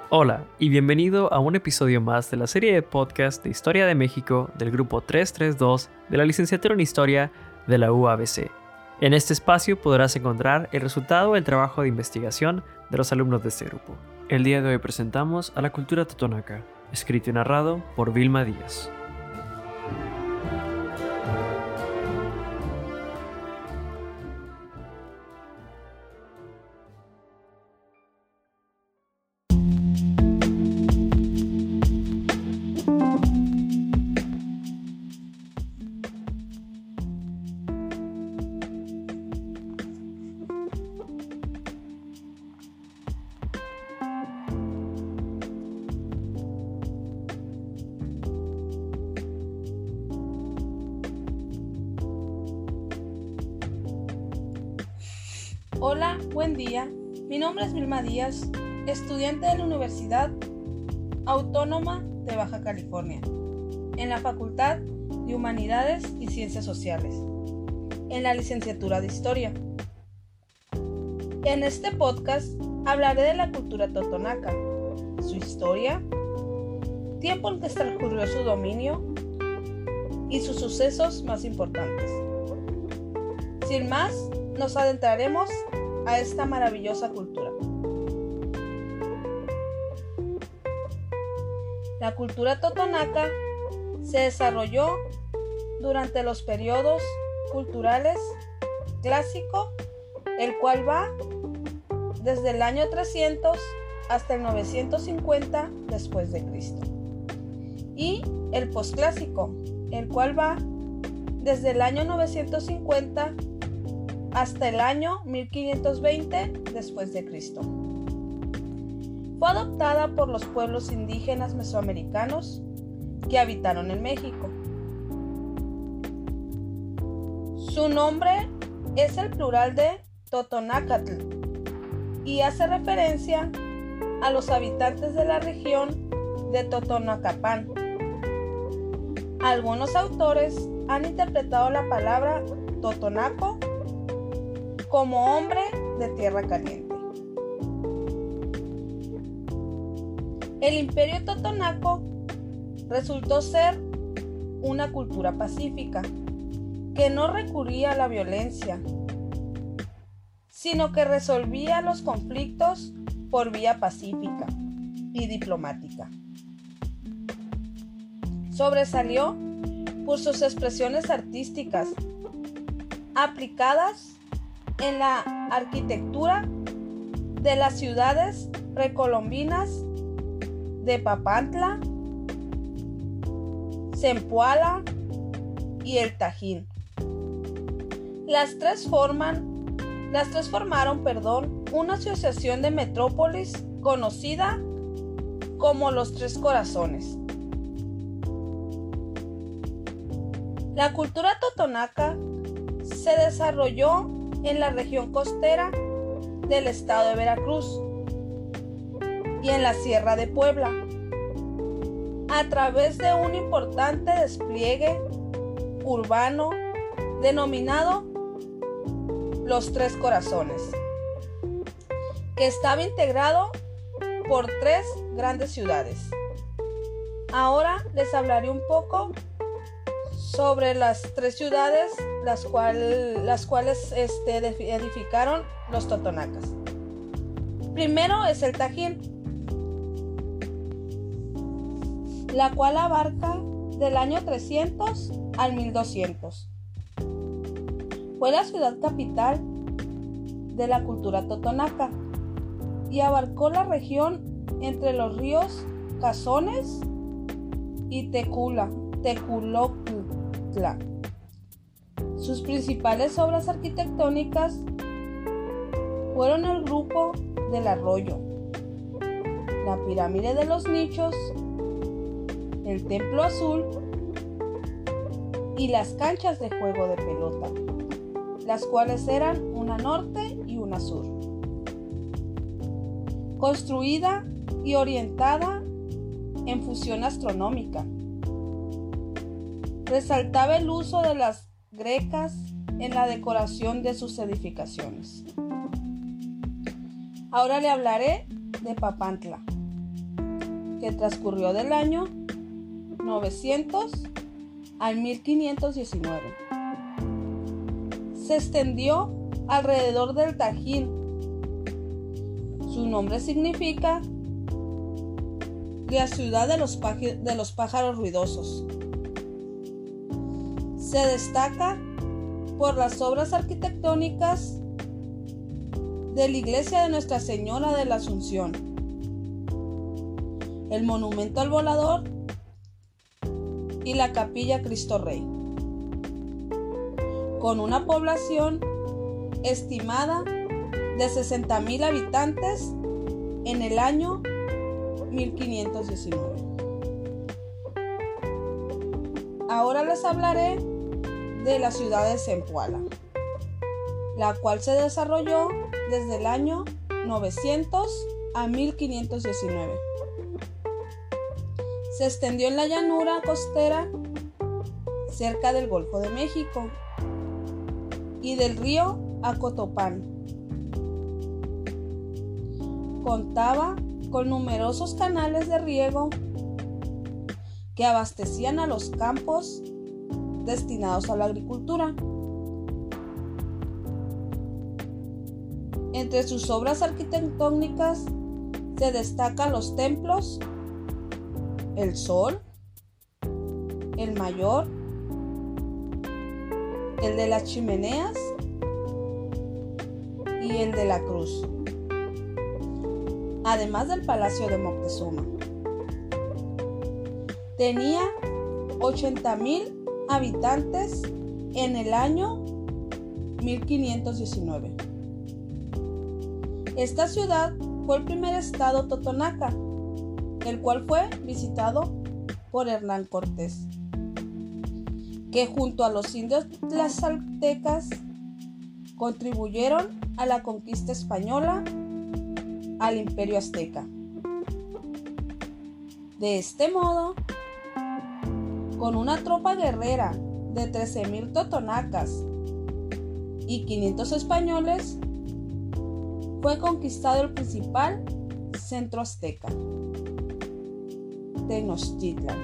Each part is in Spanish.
Hola y bienvenido a un episodio más de la serie de podcast de Historia de México del grupo 332 de la licenciatura en Historia de la UABC. En este espacio podrás encontrar el resultado del trabajo de investigación de los alumnos de este grupo. El día de hoy presentamos a la cultura totonaca, escrito y narrado por Vilma Díaz. Hola, buen día. Mi nombre es Vilma Díaz, estudiante de la Universidad Autónoma de Baja California, en la Facultad de Humanidades y Ciencias Sociales, en la licenciatura de Historia. En este podcast hablaré de la cultura totonaca, su historia, tiempo en que transcurrió su dominio y sus sucesos más importantes. Sin más, nos adentraremos a esta maravillosa cultura. La cultura totonaca se desarrolló durante los periodos culturales clásico, el cual va desde el año 300 hasta el 950 después de Cristo, y el posclásico, el cual va desde el año 950 hasta el año 1520 después de Cristo. Fue adoptada por los pueblos indígenas mesoamericanos que habitaron en México. Su nombre es el plural de Totonacatl y hace referencia a los habitantes de la región de Totonacapan. Algunos autores han interpretado la palabra totonaco como hombre de tierra caliente. El imperio totonaco resultó ser una cultura pacífica que no recurría a la violencia, sino que resolvía los conflictos por vía pacífica y diplomática. Sobresalió por sus expresiones artísticas aplicadas en la arquitectura de las ciudades precolombinas de Papantla, Zempoala y El Tajín. Las tres formaron una asociación de metrópolis conocida como los Tres Corazones. La cultura totonaca se desarrolló en la región costera del estado de Veracruz y en la Sierra de Puebla, a través de un importante despliegue urbano denominado Los Tres Corazones, que estaba integrado por tres grandes ciudades. Ahora les hablaré un poco sobre las tres ciudades las cuales edificaron los totonacas. Primero es el Tajín, la cual abarca del año 300 al 1200. Fue la ciudad capital de la cultura totonaca y abarcó la región entre los ríos Cazones y Teculoctla. Sus principales obras arquitectónicas fueron el Grupo del Arroyo, la Pirámide de los Nichos, el Templo Azul y las canchas de juego de pelota, las cuales eran una norte y una sur. Construida y orientada en fusión astronómica, resaltaba el uso de las grecas en la decoración de sus edificaciones. Ahora le hablaré de Papantla, que transcurrió del año 900 al 1519. Se extendió alrededor del Tajín. Su nombre significa la ciudad de los pájaros ruidosos. Se destaca por las obras arquitectónicas de la iglesia de Nuestra Señora de la Asunción, el monumento al volador y la capilla Cristo Rey, con una población estimada de 60,000 habitantes en el año 1519. Ahora les hablaré de la ciudad de Zempoala, la cual se desarrolló desde el año 900 a 1519. Se extendió en la llanura costera cerca del Golfo de México y del río Acotopán. Contaba con numerosos canales de riego que abastecían a los campos destinados a la agricultura. Entre sus obras arquitectónicas se destacan los templos El Sol, el Mayor, el de las Chimeneas y el de la Cruz, además del Palacio de Moctezuma. Tenía 80,000 habitantes en el año 1519. Esta ciudad fue el primer estado totonaca, el cual fue visitado por Hernán Cortés, que junto a los indios tlaxcaltecas contribuyeron a la conquista española al Imperio Azteca. De este modo, con una tropa guerrera de 13,000 totonacas y 500 españoles, fue conquistado el principal centro azteca, Tenochtitlan.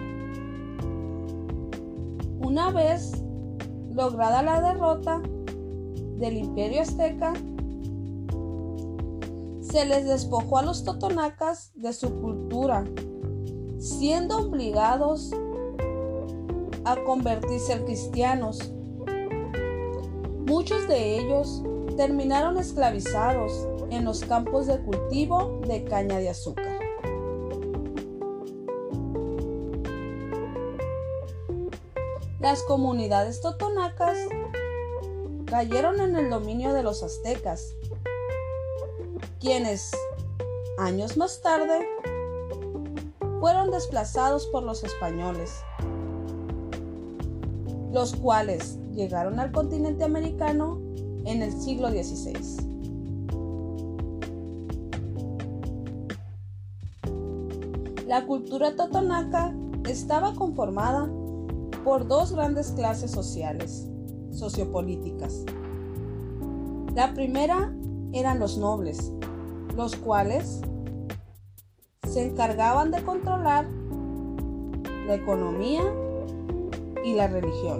Una vez lograda la derrota del Imperio Azteca, se les despojó a los totonacas de su cultura, siendo obligados a convertirse en cristianos. Muchos de ellos terminaron esclavizados en los campos de cultivo de caña de azúcar. Las comunidades totonacas cayeron en el dominio de los aztecas, quienes, años más tarde, fueron desplazados por los españoles, los cuales llegaron al continente americano en el siglo XVI. La cultura totonaca estaba conformada por dos grandes clases sociopolíticas. La primera eran los nobles, los cuales se encargaban de controlar la economía y la religión.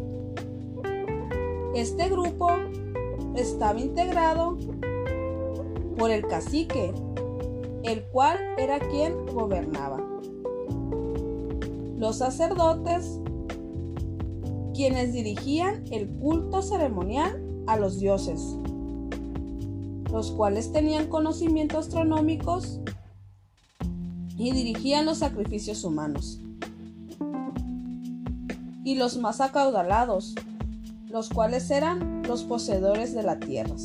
Este grupo estaba integrado por el cacique, el cual era quien gobernaba. Los sacerdotes, quienes dirigían el culto ceremonial a los dioses, los cuales tenían conocimientos astronómicos y dirigían los sacrificios humanos. Y los más acaudalados, los cuales eran los poseedores de las tierras.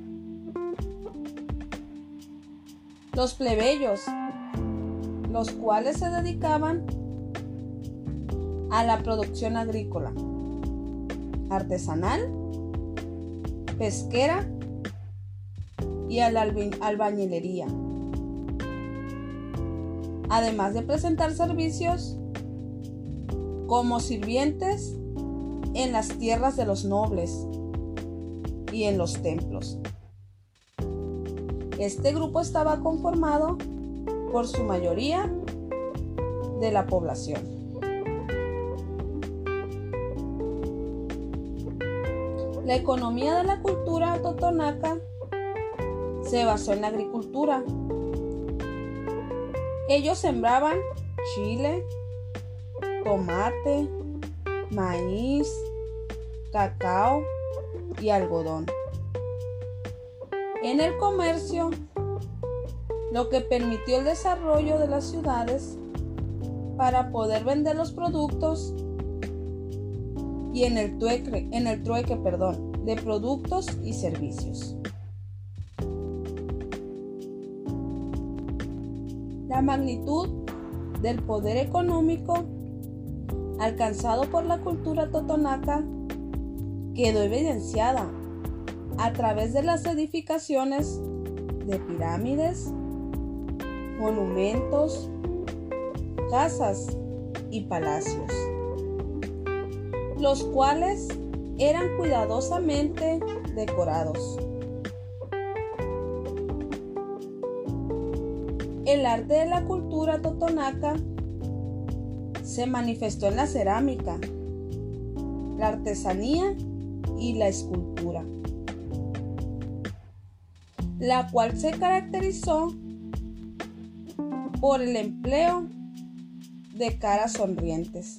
Los plebeyos, los cuales se dedicaban a la producción agrícola, artesanal, pesquera y a la albañilería, además de presentar servicios como sirvientes en las tierras de los nobles y en los templos. Este grupo estaba conformado por su mayoría de la población. La economía de la cultura totonaca se basó en la agricultura. Ellos sembraban chile, tomate, maíz, cacao y algodón. En el comercio, lo que permitió el desarrollo de las ciudades para poder vender los productos y en el trueque, de productos y servicios. La magnitud del poder económico alcanzado por la cultura totonaca quedó evidenciada a través de las edificaciones de pirámides, monumentos, casas y palacios, los cuales eran cuidadosamente decorados. El arte de la cultura totonaca se manifestó en la cerámica, la artesanía y la escultura, la cual se caracterizó por el empleo de caras sonrientes.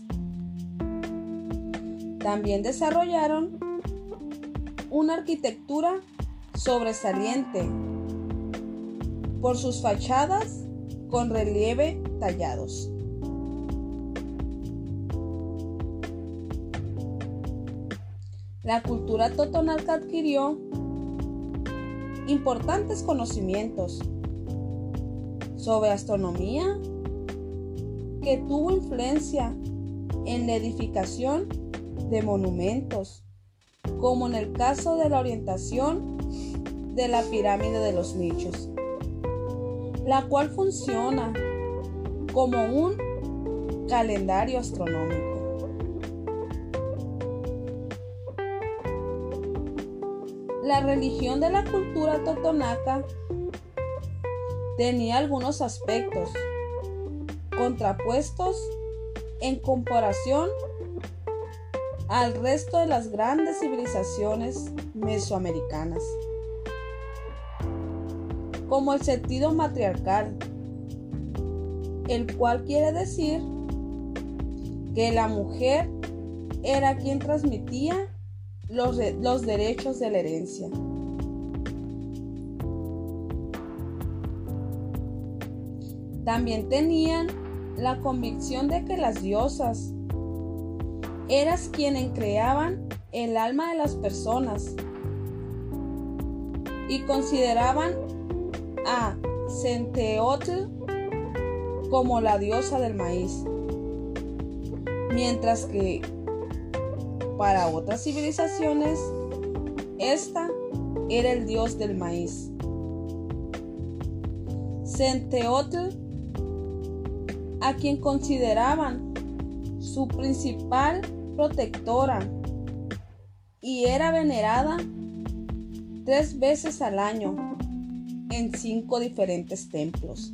También desarrollaron una arquitectura sobresaliente por sus fachadas con relieve tallados. La cultura totonaca adquirió importantes conocimientos sobre astronomía que tuvo influencia en la edificación de monumentos, como en el caso de la orientación de la pirámide de los nichos, la cual funciona como un calendario astronómico. La religión de la cultura totonaca tenía algunos aspectos contrapuestos en comparación al resto de las grandes civilizaciones mesoamericanas, como el sentido matriarcal, el cual quiere decir que la mujer era quien transmitía los derechos de la herencia. También tenían la convicción de que las diosas eran quienes creaban el alma de las personas y consideraban a Centeotl como la diosa del maíz, mientras que para otras civilizaciones esta era el dios del maíz. Centeotl, a quien consideraban su principal protectora, y era venerada 3 veces al año en 5 diferentes templos.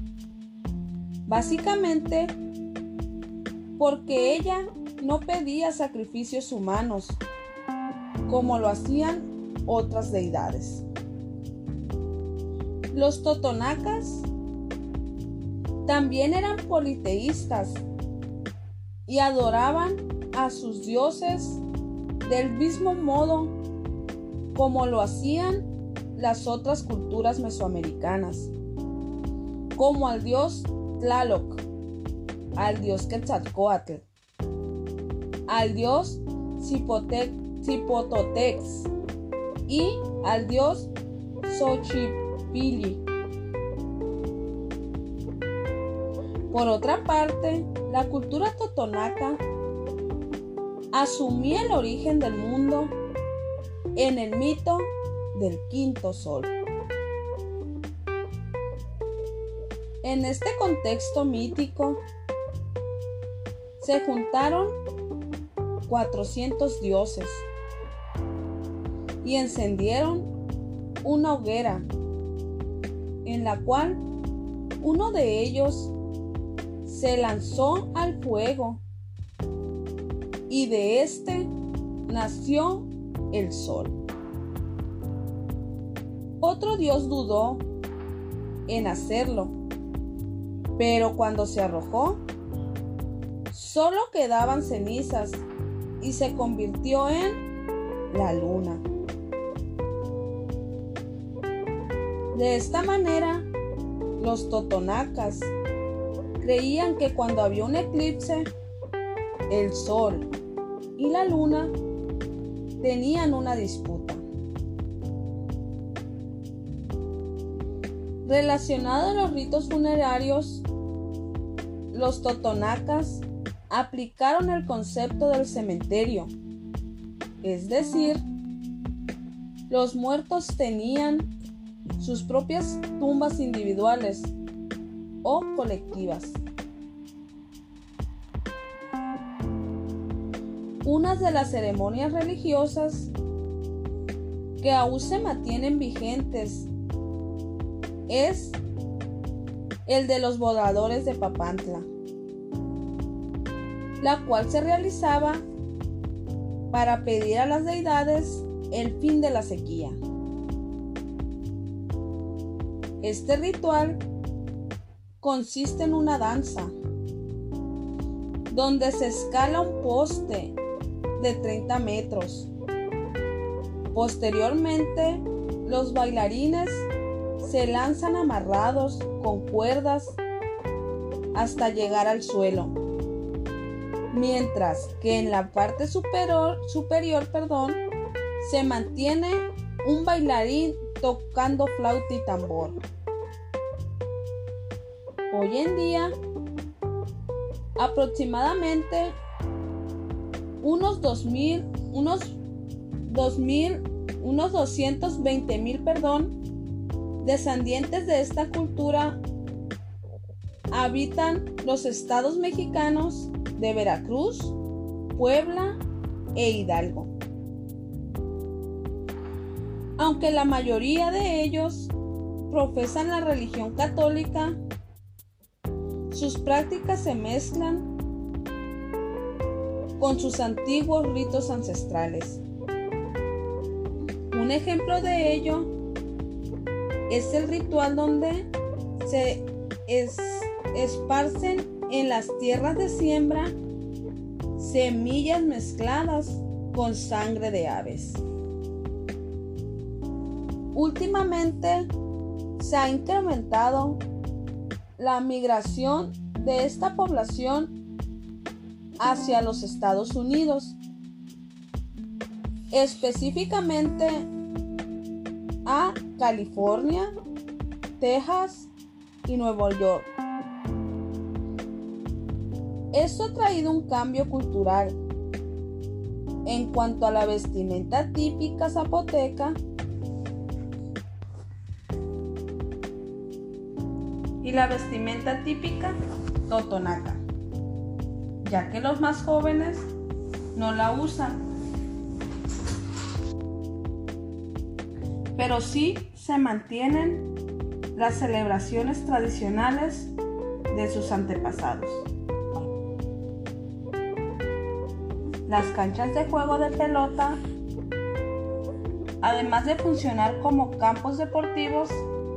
Básicamente porque ella no pedía sacrificios humanos como lo hacían otras deidades. Los totonacas también eran politeístas y adoraban a sus dioses del mismo modo como lo hacían las otras culturas mesoamericanas, como al dios Tlaloc, al dios Quetzalcóatl, al dios Zipototex y al dios Xochipilli. Por otra parte, la cultura totonaca asumía el origen del mundo en el mito del quinto sol. En este contexto mítico se juntaron 400 dioses y encendieron una hoguera en la cual uno de ellos se lanzó al fuego y de este nació el sol. Otro dios dudó en hacerlo, pero cuando se arrojó, solo quedaban cenizas y se convirtió en la luna. De esta manera, los totonacas creían que cuando había un eclipse, el sol y la luna tenían una disputa. Relacionado a los ritos funerarios, los totonacas aplicaron el concepto del cementerio, es decir, los muertos tenían sus propias tumbas individuales o colectivas. Una de las ceremonias religiosas que aún se mantienen vigentes es el de los voladores de Papantla, la cual se realizaba para pedir a las deidades el fin de la sequía. Este ritual consiste en una danza donde se escala un poste de 30 metros. Posteriormente, los bailarines se lanzan amarrados con cuerdas hasta llegar al suelo, mientras que en la parte superior, se mantiene un bailarín tocando flauta y tambor. Hoy en día, aproximadamente unos 220,000 descendientes de esta cultura habitan los estados mexicanos de Veracruz, Puebla e Hidalgo. Aunque la mayoría de ellos profesan la religión católica, sus prácticas se mezclan con sus antiguos ritos ancestrales. Un ejemplo de ello es el ritual donde se esparcen en las tierras de siembra semillas mezcladas con sangre de aves. Últimamente se ha incrementado la migración de esta población hacia los Estados Unidos, específicamente a California, Texas y Nueva York. Esto ha traído un cambio cultural en cuanto a la vestimenta típica zapoteca y la vestimenta típica totonaca, ya que los más jóvenes no la usan, pero sí se mantienen las celebraciones tradicionales de sus antepasados. Las canchas de juego de pelota, además de funcionar como campos deportivos,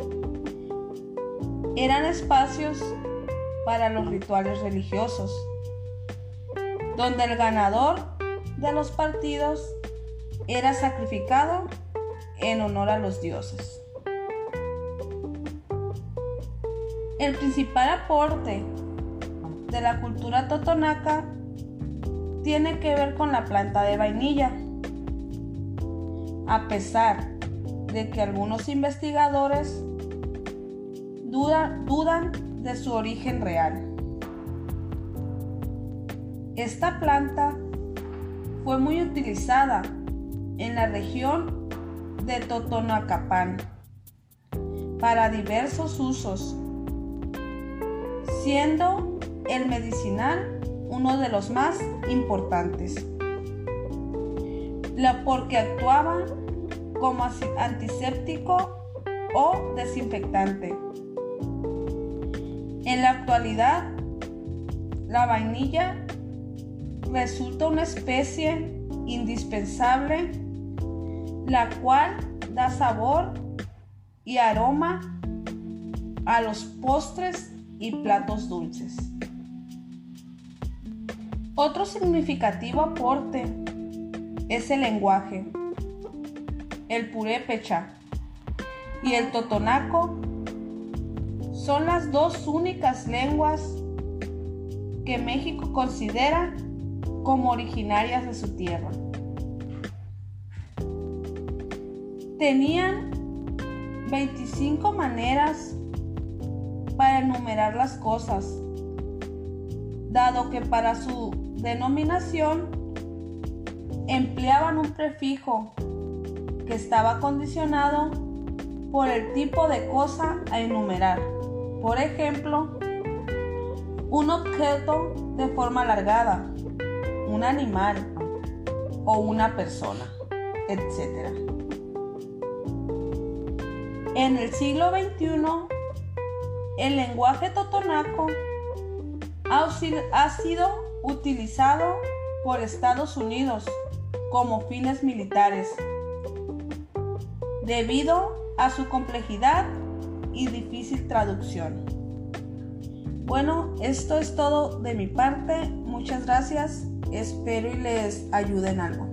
eran espacios para los rituales religiosos, donde el ganador de los partidos era sacrificado en honor a los dioses. El principal aporte de la cultura totonaca tiene que ver con la planta de vainilla, a pesar de que algunos investigadores dudan de su origen real. Esta planta fue muy utilizada en la región de Totonacapan para diversos usos, siendo el medicinal uno de los más importantes, porque actuaba como antiséptico o desinfectante. En la actualidad la vainilla resulta una especie indispensable, la cual da sabor y aroma a los postres y platos dulces. Otro significativo aporte es el lenguaje. El purépecha y el totonaco son las dos únicas lenguas que México considera como originarias de su tierra. Tenían 25 maneras para enumerar las cosas, dado que para su denominación empleaban un prefijo que estaba condicionado por el tipo de cosa a enumerar. Por ejemplo, un objeto de forma alargada, un animal o una persona, etc. En el siglo XXI, el lenguaje totonaco ha sido utilizado por Estados Unidos como fines militares, debido a su complejidad y difícil traducción. Bueno, esto es todo de mi parte. Muchas gracias. Espero y les ayude en algo.